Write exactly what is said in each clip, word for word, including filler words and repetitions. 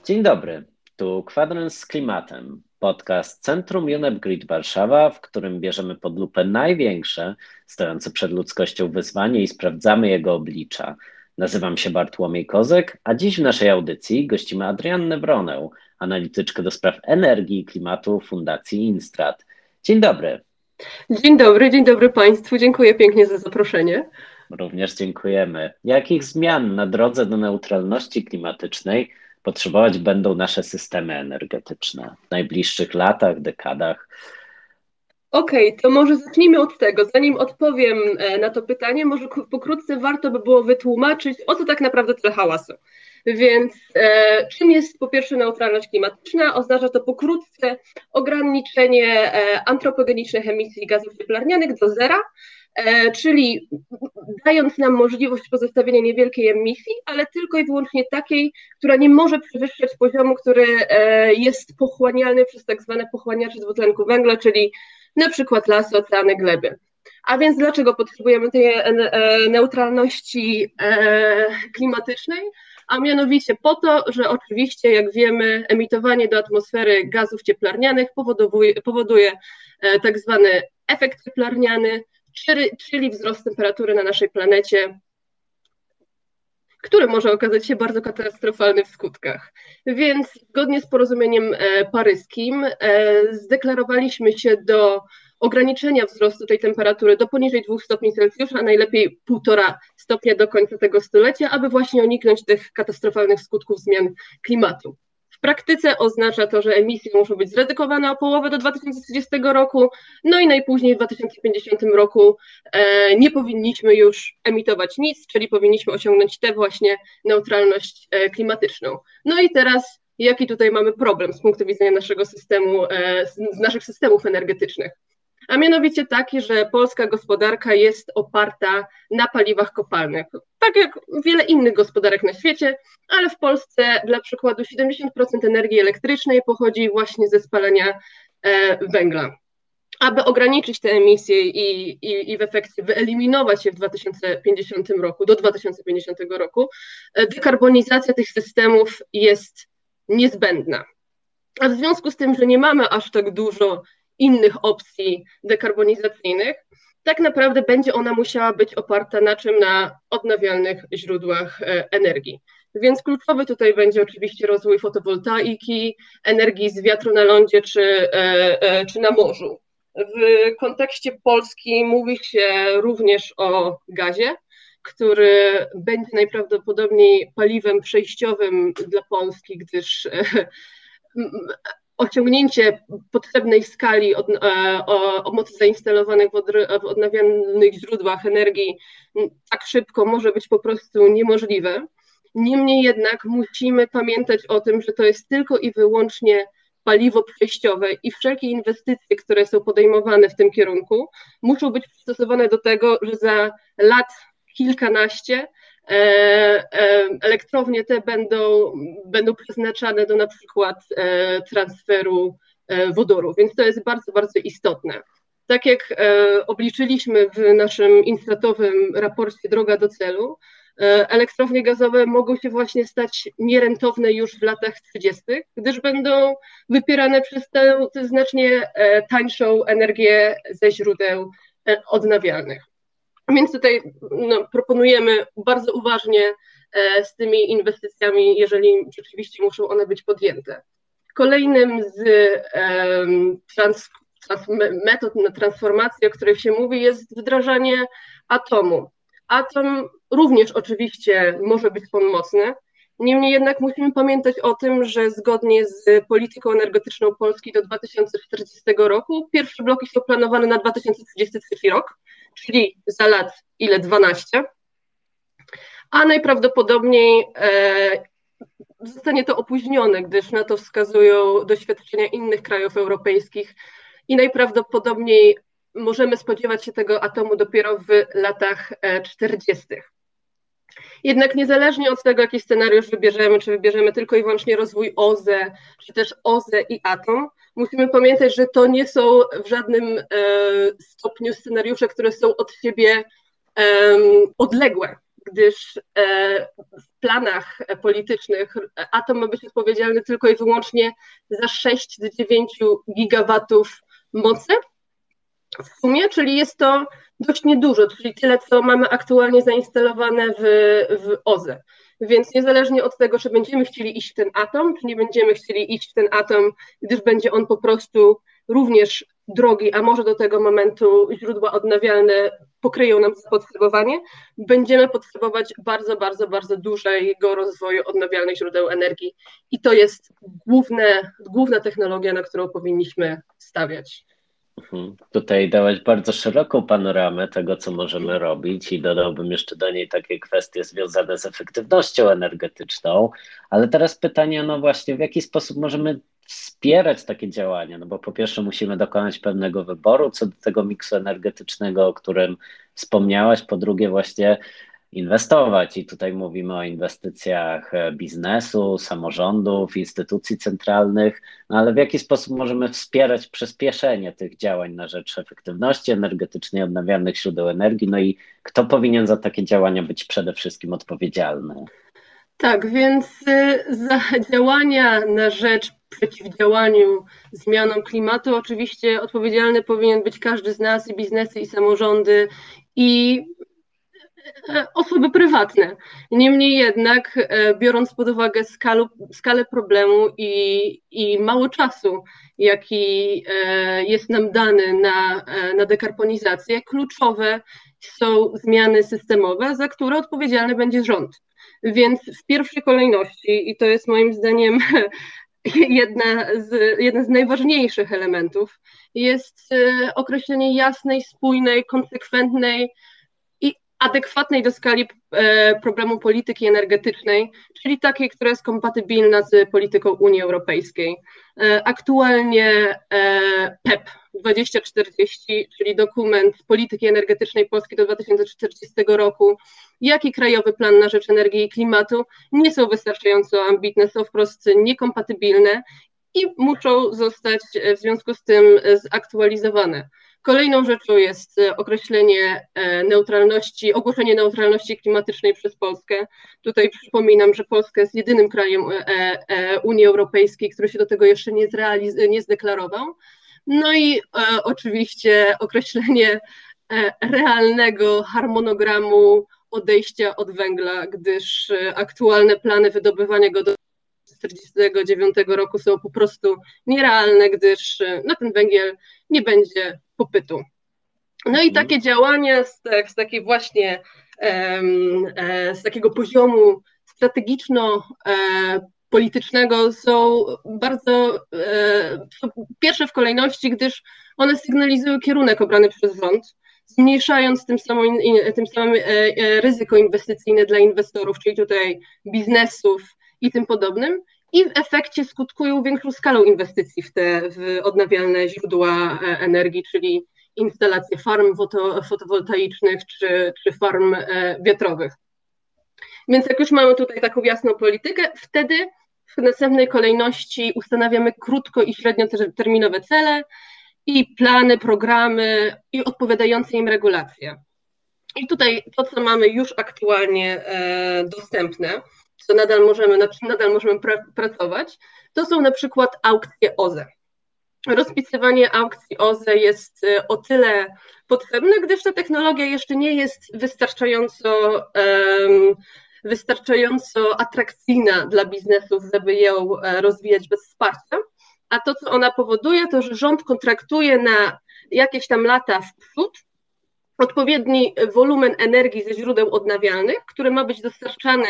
Dzień dobry, tu Kwadrans z klimatem, podcast Centrum UNEP Grid Warszawa, w którym bierzemy pod lupę największe stojące przed ludzkością wyzwanie i sprawdzamy jego oblicza. Nazywam się Bartłomiej Kozek, a dziś w naszej audycji gościmy Adriannę Wronę, analityczkę do spraw energii i klimatu Fundacji Instrat. Dzień dobry. Dzień dobry, dzień dobry Państwu, dziękuję pięknie za zaproszenie. Również dziękujemy. Jakich zmian na drodze do neutralności klimatycznej potrzebować będą nasze systemy energetyczne w najbliższych latach, dekadach? Okej, okay, to może zacznijmy od tego. Zanim odpowiem na to pytanie, może pokrótce warto by było wytłumaczyć, o co tak naprawdę tyle hałasu. Więc e, czym jest po pierwsze neutralność klimatyczna? Oznacza to pokrótce ograniczenie e, antropogenicznych emisji gazów cieplarnianych do zera, e, czyli dając nam możliwość pozostawienia niewielkiej emisji, ale tylko i wyłącznie takiej, która nie może przewyższać poziomu, który e, jest pochłanialny przez tak zwane pochłaniacze dwutlenku węgla, czyli na przykład lasy, oceany, gleby. A więc dlaczego potrzebujemy tej e, neutralności e, klimatycznej? A mianowicie po to, że oczywiście, jak wiemy, emitowanie do atmosfery gazów cieplarnianych powoduje, powoduje e, tak zwany efekt cieplarniany, czyli, czyli wzrost temperatury na naszej planecie, który może okazać się bardzo katastrofalny w skutkach. Więc zgodnie z porozumieniem paryskim zdeklarowaliśmy się do ograniczenia wzrostu tej temperatury do poniżej dwóch stopni Celsjusza, a najlepiej półtora stopnia do końca tego stulecia, aby właśnie uniknąć tych katastrofalnych skutków zmian klimatu. W praktyce oznacza to, że emisje muszą być zredukowane o połowę do dwa tysiące trzydziestego roku, no i najpóźniej w dwa tysiące pięćdziesiątym roku e, nie powinniśmy już emitować nic, czyli powinniśmy osiągnąć tę właśnie neutralność e, klimatyczną. No i teraz jaki tutaj mamy problem z punktu widzenia naszego systemu, e, z naszych systemów energetycznych? A mianowicie taki, że polska gospodarka jest oparta na paliwach kopalnych. Tak jak wiele innych gospodarek na świecie, ale w Polsce dla przykładu siedemdziesiąt procent energii elektrycznej pochodzi właśnie ze spalania e, węgla. Aby ograniczyć te emisje i, i, i w efekcie wyeliminować je w dwa tysiące pięćdziesiątym roku, do dwa tysiące pięćdziesiątego roku, dekarbonizacja tych systemów jest niezbędna. A w związku z tym, że nie mamy aż tak dużo innych opcji dekarbonizacyjnych, tak naprawdę będzie ona musiała być oparta na czym? Na odnawialnych źródłach energii. Więc kluczowy tutaj będzie oczywiście rozwój fotowoltaiki, energii z wiatru na lądzie czy, czy na morzu. W kontekście Polski mówi się również o gazie, który będzie najprawdopodobniej paliwem przejściowym dla Polski, gdyż osiągnięcie potrzebnej skali od, o, o mocy zainstalowanych w, od, w odnawialnych źródłach energii tak szybko może być po prostu niemożliwe. Niemniej jednak musimy pamiętać o tym, że to jest tylko i wyłącznie paliwo przejściowe i wszelkie inwestycje, które są podejmowane w tym kierunku, muszą być przystosowane do tego, że za lat kilkanaście elektrownie te będą, będą przeznaczane do na przykład transferu wodoru, więc to jest bardzo, bardzo istotne. Tak jak obliczyliśmy w naszym instratowym raporcie Droga do celu, elektrownie gazowe mogą się właśnie stać nierentowne już w latach trzydziestych, gdyż będą wypierane przez tę, tę znacznie tańszą energię ze źródeł odnawialnych. Więc tutaj no, proponujemy bardzo uważnie e, z tymi inwestycjami, jeżeli rzeczywiście muszą one być podjęte. Kolejnym z e, trans, trans, metod na transformację, o której się mówi, jest wdrażanie atomu. Atom również oczywiście może być pomocny, niemniej jednak musimy pamiętać o tym, że zgodnie z polityką energetyczną Polski do dwa tysiące czterdziestego roku pierwsze bloki są planowane na dwa tysiące trzydziesty trzeci rok, czyli za lat ile? dwanaście, a najprawdopodobniej e, zostanie to opóźnione, gdyż na to wskazują doświadczenia innych krajów europejskich i najprawdopodobniej możemy spodziewać się tego atomu dopiero w latach czterdziestych. Jednak niezależnie od tego, jaki scenariusz wybierzemy, czy wybierzemy tylko i wyłącznie rozwój O Z E, czy też O Z E i atom, musimy pamiętać, że to nie są w żadnym e, stopniu scenariusze, które są od siebie e, odległe. gdyż w planach politycznych atom ma być odpowiedzialny tylko i wyłącznie za sześć do dziewięciu gigawatów mocy w sumie, czyli jest to dość niedużo, czyli tyle, co mamy aktualnie zainstalowane w, w O Z E. Więc niezależnie od tego, czy będziemy chcieli iść w ten atom, czy nie będziemy chcieli iść w ten atom, gdyż będzie on po prostu również drogi, a może do tego momentu źródła odnawialne pokryją nam zapotrzebowanie, będziemy potrzebować bardzo, bardzo, bardzo dużego rozwoju odnawialnych źródeł energii i to jest główne, główna technologia, na którą powinniśmy stawiać. Mhm. Tutaj dałaś bardzo szeroką panoramę tego, co możemy robić i dodałbym jeszcze do niej takie kwestie związane z efektywnością energetyczną, ale teraz pytanie, no właśnie, w jaki sposób możemy wspierać takie działania, no bo po pierwsze musimy dokonać pewnego wyboru co do tego miksu energetycznego, o którym wspomniałaś, po drugie właśnie inwestować i tutaj mówimy o inwestycjach biznesu, samorządów, instytucji centralnych, no ale w jaki sposób możemy wspierać przyspieszenie tych działań na rzecz efektywności energetycznej, odnawialnych źródeł energii, no i kto powinien za takie działania być przede wszystkim odpowiedzialny? Tak, więc za działania na rzecz przeciwdziałaniu zmianom klimatu oczywiście odpowiedzialny powinien być każdy z nas, i biznesy, i samorządy, i osoby prywatne. Niemniej jednak, biorąc pod uwagę skalę, skalę problemu i, i mało czasu, jaki jest nam dany na, na dekarbonizację, kluczowe są zmiany systemowe, za które odpowiedzialny będzie rząd. Więc w pierwszej kolejności, i to jest moim zdaniem jedna z, jeden z najważniejszych elementów, jest określenie jasnej, spójnej, konsekwentnej i adekwatnej do skali problemu polityki energetycznej, czyli takiej, która jest kompatybilna z polityką Unii Europejskiej. Aktualnie P E P dwadzieścia czterdzieści, czyli dokument polityki energetycznej Polski do dwa tysiące czterdziestego roku, jak i Krajowy Plan na rzecz Energii i Klimatu nie są wystarczająco ambitne, są wprost niekompatybilne i muszą zostać w związku z tym zaktualizowane. Kolejną rzeczą jest określenie neutralności, ogłoszenie neutralności klimatycznej przez Polskę. Tutaj przypominam, że Polska jest jedynym krajem Unii Europejskiej, który się do tego jeszcze nie, zrealiz- nie zdeklarował. No i e, oczywiście określenie e, realnego harmonogramu odejścia od węgla, gdyż e, aktualne plany wydobywania go do tysiąc dziewięćset czterdziestego dziewiątego roku są po prostu nierealne, gdyż e, na ten węgiel nie będzie popytu. No i takie działania z, z takiej właśnie e, e, z takiego poziomu strategiczno e, politycznego są bardzo e, pierwsze w kolejności, gdyż one sygnalizują kierunek obrany przez rząd, zmniejszając tym samym, tym samym e, e, ryzyko inwestycyjne dla inwestorów, czyli tutaj biznesów i tym podobnym, i w efekcie skutkują większą skalą inwestycji w te w odnawialne źródła energii, czyli instalacje farm foto, fotowoltaicznych czy, czy farm e, wiatrowych. Więc jak już mamy tutaj taką jasną politykę, wtedy w następnej kolejności ustanawiamy krótko i średnioterminowe cele i plany, programy i odpowiadające im regulacje. I tutaj to, co mamy już aktualnie e, dostępne, co nadal możemy, nad czym nadal możemy pr- pracować, to są na przykład aukcje O Z E. Rozpisywanie aukcji O Z E jest o tyle potrzebne, gdyż ta technologia jeszcze nie jest wystarczająco um, wystarczająco atrakcyjna dla biznesów, żeby ją rozwijać bez wsparcia, a to, co ona powoduje, to, że rząd kontraktuje na jakieś tam lata w przód odpowiedni wolumen energii ze źródeł odnawialnych, który ma być dostarczany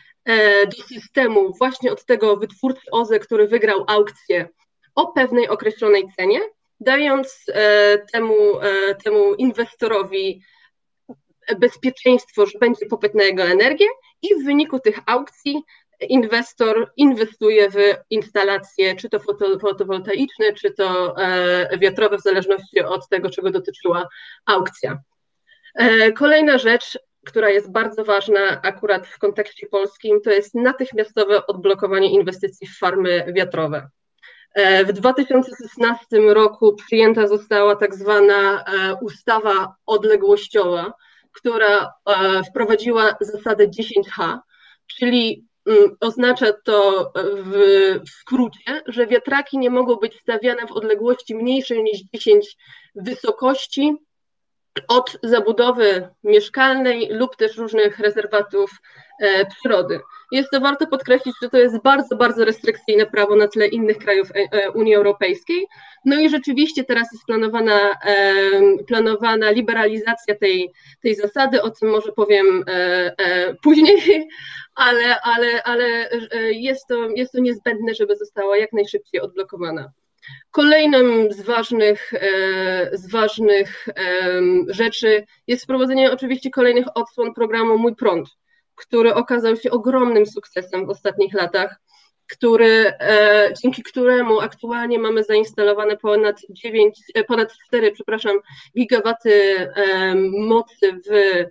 do systemu właśnie od tego wytwórcy O Z E, który wygrał aukcję o pewnej określonej cenie, dając temu, temu inwestorowi bezpieczeństwo, że będzie popyt na jego energię i w wyniku tych aukcji inwestor inwestuje w instalacje, czy to foto, fotowoltaiczne, czy to e, wiatrowe, w zależności od tego, czego dotyczyła aukcja. E, kolejna rzecz, która jest bardzo ważna akurat w kontekście polskim, to jest natychmiastowe odblokowanie inwestycji w farmy wiatrowe. E, w dwa tysiące szesnastym roku przyjęta została tak zwana e, ustawa odległościowa, która wprowadziła zasadę dziesięć H, czyli oznacza to w skrócie, że wiatraki nie mogą być stawiane w odległości mniejszej niż dziesięć wysokości od zabudowy mieszkalnej lub też różnych rezerwatów e, przyrody. Jest to warto podkreślić, że to jest bardzo, bardzo restrykcyjne prawo na tle innych krajów e, Unii Europejskiej. No i rzeczywiście teraz jest planowana, e, planowana liberalizacja tej, tej zasady, o tym może powiem e, e, później, ale, ale, ale jest to, jest to niezbędne, żeby została jak najszybciej odblokowana. Kolejnym z ważnych, z ważnych rzeczy jest wprowadzenie oczywiście kolejnych odsłon programu Mój Prąd, który okazał się ogromnym sukcesem w ostatnich latach, który, dzięki któremu aktualnie mamy zainstalowane ponad dziewięć, ponad cztery, przepraszam, gigawaty mocy w,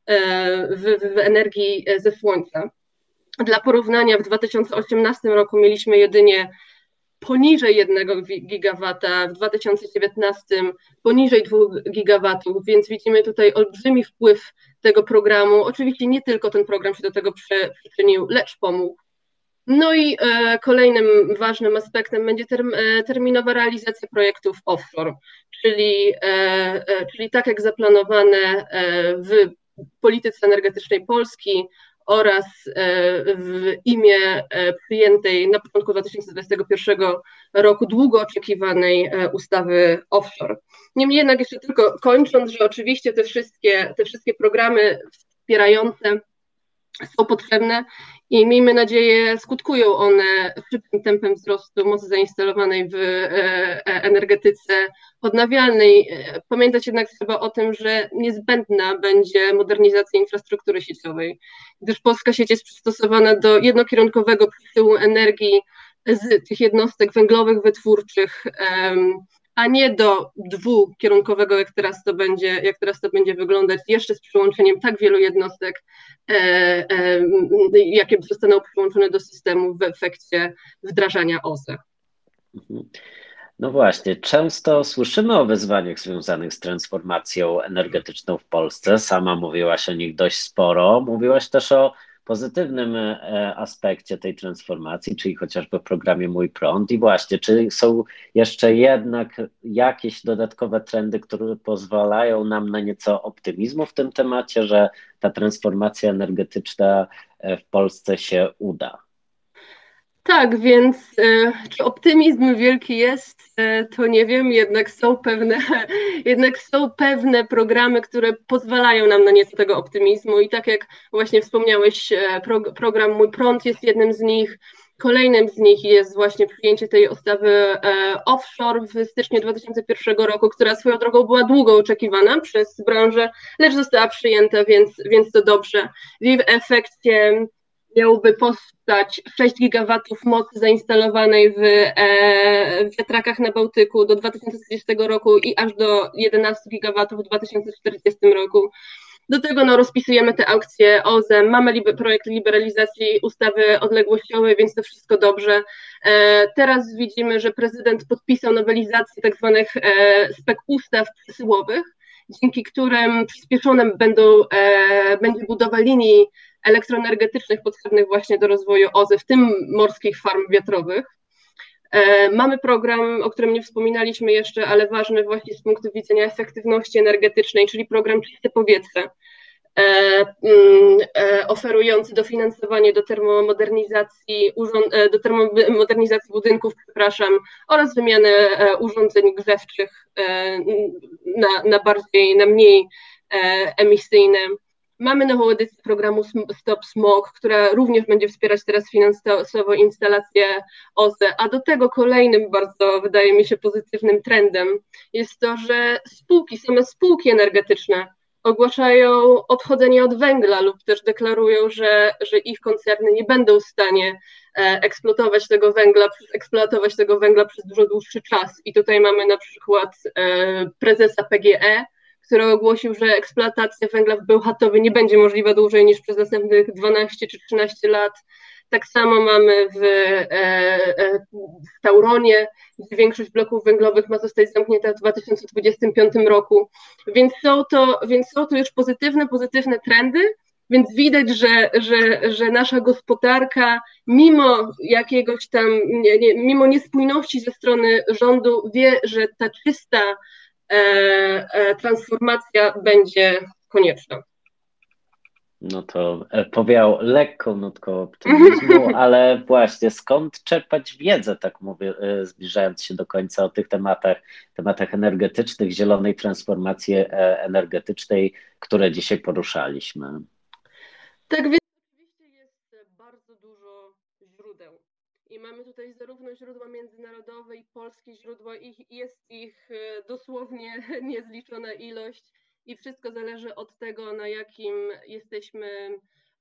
w, w energii ze słońca. Dla porównania w dwa tysiące osiemnastym roku mieliśmy jedynie poniżej jednego gigawata, w dwa tysiące dziewiętnastym poniżej dwóch gigawatów, więc widzimy tutaj olbrzymi wpływ tego programu. Oczywiście nie tylko ten program się do tego przyczynił, lecz pomógł. No i e, kolejnym ważnym aspektem będzie term, e, terminowa realizacja projektów offshore, czyli, e, e, czyli tak jak zaplanowane e, w polityce energetycznej Polski, oraz w imię przyjętej na początku dwa tysiące dwudziestego pierwszego roku długo oczekiwanej ustawy offshore. Niemniej jednak jeszcze tylko kończąc, że oczywiście te wszystkie, te wszystkie programy wspierające są potrzebne i miejmy nadzieję skutkują one szybkim tempem wzrostu mocy zainstalowanej w energetyce odnawialnej. Pamiętać jednak trzeba o tym, że niezbędna będzie modernizacja infrastruktury sieciowej, gdyż polska sieć jest przystosowana do jednokierunkowego przesyłu energii z tych jednostek węglowych wytwórczych, a nie do dwukierunkowego, jak teraz to będzie, jak teraz to będzie wyglądać, jeszcze z przyłączeniem tak wielu jednostek, e, e, jakie zostaną przyłączone do systemu w efekcie wdrażania O Z E. No właśnie, często słyszymy o wyzwaniach związanych z transformacją energetyczną w Polsce. Sama mówiłaś o nich dość sporo. Mówiłaś też o pozytywnym aspekcie tej transformacji, czyli chociażby w programie Mój Prąd. I właśnie, czy są jeszcze jednak jakieś dodatkowe trendy, które pozwalają nam na nieco optymizmu w tym temacie, że ta transformacja energetyczna w Polsce się uda? Tak, więc e, czy optymizm wielki jest, e, to nie wiem, jednak są pewne, jednak są pewne programy, które pozwalają nam na nieco tego optymizmu i tak jak właśnie wspomniałeś, e, pro, program Mój Prąd jest jednym z nich. Kolejnym z nich jest właśnie przyjęcie tej ustawy e, offshore w styczniu dwa tysiące pierwszego roku, która swoją drogą była długo oczekiwana przez branżę, lecz została przyjęta, więc, więc to dobrze. W jej efekcie miałoby powstać sześć gigawatów mocy zainstalowanej w, e, w wiatrakach na Bałtyku do dwa tysiące trzydziestego roku i aż do jedenaście gigawatów w dwa tysiące czterdziestym roku. Do tego no, rozpisujemy te aukcje O Z E, mamy liber, projekt liberalizacji ustawy odległościowej, więc to wszystko dobrze. E, teraz widzimy, że prezydent podpisał nowelizację tak zwanych e, spec ustaw przesyłowych, dzięki którym przyspieszonym będą, e, będzie budowa linii elektroenergetycznych potrzebnych właśnie do rozwoju O Z E, w tym morskich farm wiatrowych. E, mamy program, o którym nie wspominaliśmy jeszcze, ale ważny właśnie z punktu widzenia efektywności energetycznej, czyli program Czyste Powietrze, e, e, oferujący dofinansowanie do termomodernizacji, urząd, e, do termomodernizacji budynków, przepraszam, oraz wymiany e, urządzeń grzewczych e, na, na bardziej, na mniej e, emisyjne. Mamy nową edycję programu Stop Smog, która również będzie wspierać teraz finansowo instalację O Z E, a do tego kolejnym bardzo, wydaje mi się, pozytywnym trendem jest to, że spółki, same spółki energetyczne ogłaszają odchodzenie od węgla lub też deklarują, że, że ich koncerny nie będą w stanie eksploatować tego węgla, eksploatować tego węgla przez dużo dłuższy czas. I tutaj mamy na przykład prezesa P G E, który ogłosił, że eksploatacja węgla w Bełchatowie nie będzie możliwa dłużej niż przez następnych dwanaście czy trzynaście lat. Tak samo mamy w, e, w Tauronie, gdzie większość bloków węglowych ma zostać zamknięta w dwa tysiące dwudziestym piątym roku. Więc są to, więc są to już pozytywne, pozytywne trendy, więc widać, że, że, że nasza gospodarka, mimo jakiegoś tam, nie, nie, mimo niespójności ze strony rządu, wie, że ta czysta e, e, transformacja będzie konieczna. No to powiał lekką nutką optymizmu, ale właśnie skąd czerpać wiedzę, tak mówię, zbliżając się do końca o tych tematach, tematach energetycznych, zielonej transformacji energetycznej, które dzisiaj poruszaliśmy. Tak więc oczywiście jest bardzo dużo źródeł i mamy tutaj zarówno źródła międzynarodowe i polskie źródła, ich, jest ich dosłownie niezliczona ilość i wszystko zależy od tego, na jakim jesteśmy,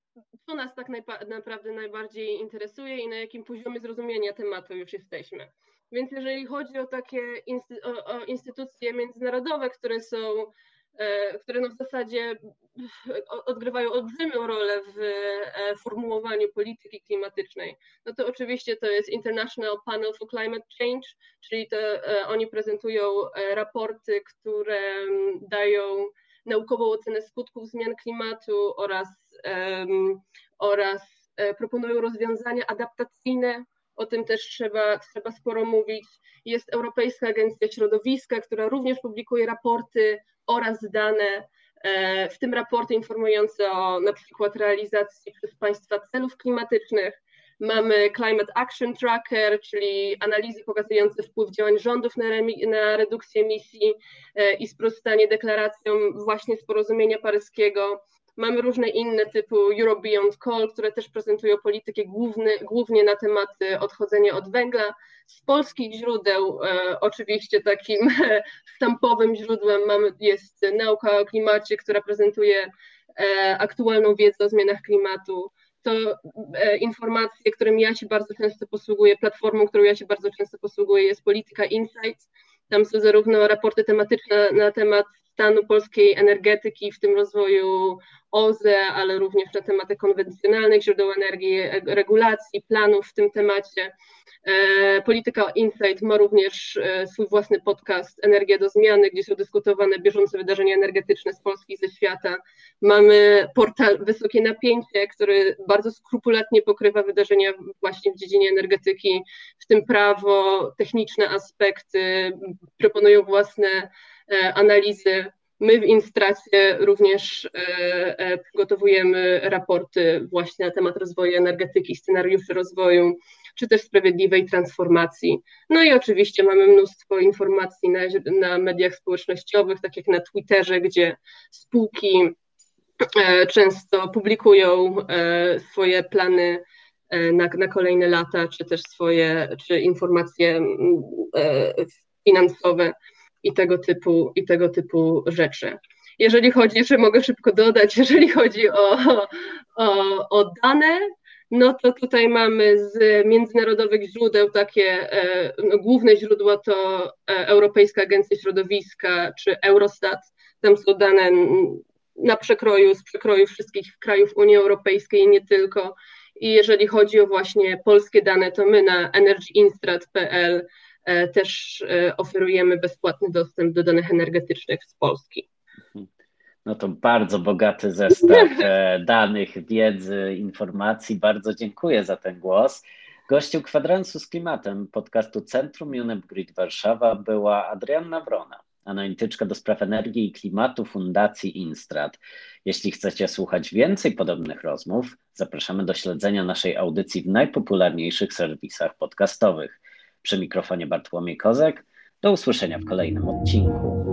co nas tak najpa- naprawdę najbardziej interesuje i na jakim poziomie zrozumienia tematu już jesteśmy. Więc jeżeli chodzi o takie insty- o, o instytucje międzynarodowe, które są które no w zasadzie odgrywają olbrzymią rolę w formułowaniu polityki klimatycznej, no to oczywiście to jest International Panel for Climate Change, czyli to oni prezentują raporty, które dają naukową ocenę skutków zmian klimatu oraz, um, oraz proponują rozwiązania adaptacyjne. O tym też trzeba, trzeba sporo mówić. Jest Europejska Agencja Środowiska, która również publikuje raporty oraz dane, w tym raporty informujące o na przykład realizacji przez państwa celów klimatycznych. Mamy Climate Action Tracker, czyli analizy pokazujące wpływ działań rządów na, remi- na redukcję emisji i sprostanie deklaracjom właśnie z porozumienia paryskiego. Mamy różne inne typu Europe Beyond Coal, które też prezentują politykę główny, głównie na tematy odchodzenia od węgla. Z polskich źródeł e, oczywiście takim sztampowym źródłem mamy, jest Nauka o Klimacie, która prezentuje e, aktualną wiedzę o zmianach klimatu. To e, informacje, którymi ja się bardzo często posługuję, platformą, którą ja się bardzo często posługuję, jest Polityka Insights. Tam są zarówno raporty tematyczne na temat stanu polskiej energetyki, w tym rozwoju O Z E, ale również na tematy konwencjonalnych źródeł energii, regulacji, planów w tym temacie. Polityka Insight ma również swój własny podcast Energia do zmiany, gdzie są dyskutowane bieżące wydarzenia energetyczne z Polski i ze świata. Mamy portal Wysokie Napięcie, który bardzo skrupulatnie pokrywa wydarzenia właśnie w dziedzinie energetyki, w tym prawo, techniczne aspekty, proponują własne analizy. My w Instracie również przygotowujemy raporty właśnie na temat rozwoju energetyki, scenariuszy rozwoju, czy też sprawiedliwej transformacji. No i oczywiście mamy mnóstwo informacji na, na mediach społecznościowych, tak jak na Twitterze, gdzie spółki często publikują swoje plany na, na kolejne lata, czy też swoje, czy informacje finansowe i tego typu, i tego typu rzeczy. Jeżeli chodzi, że mogę szybko dodać, jeżeli chodzi o, o, o dane, no to tutaj mamy z międzynarodowych źródeł takie, no, główne źródła to Europejska Agencja Środowiska czy Eurostat. Tam są dane na przekroju, z przekroju wszystkich krajów Unii Europejskiej i nie tylko. I jeżeli chodzi o właśnie polskie dane, to my na energyinstrat kropka p l też oferujemy bezpłatny dostęp do danych energetycznych z Polski. No to bardzo bogaty zestaw danych, wiedzy, informacji. Bardzo dziękuję za ten głos. Gościem Kwadransu z Klimatem podcastu Centrum UNEP Grid Warszawa była Adrianna Wrona, analityczka do spraw energii i klimatu Fundacji Instrat. Jeśli chcecie słuchać więcej podobnych rozmów, zapraszamy do śledzenia naszej audycji w najpopularniejszych serwisach podcastowych. Przy mikrofonie Bartłomiej Kozek. Do usłyszenia w kolejnym odcinku.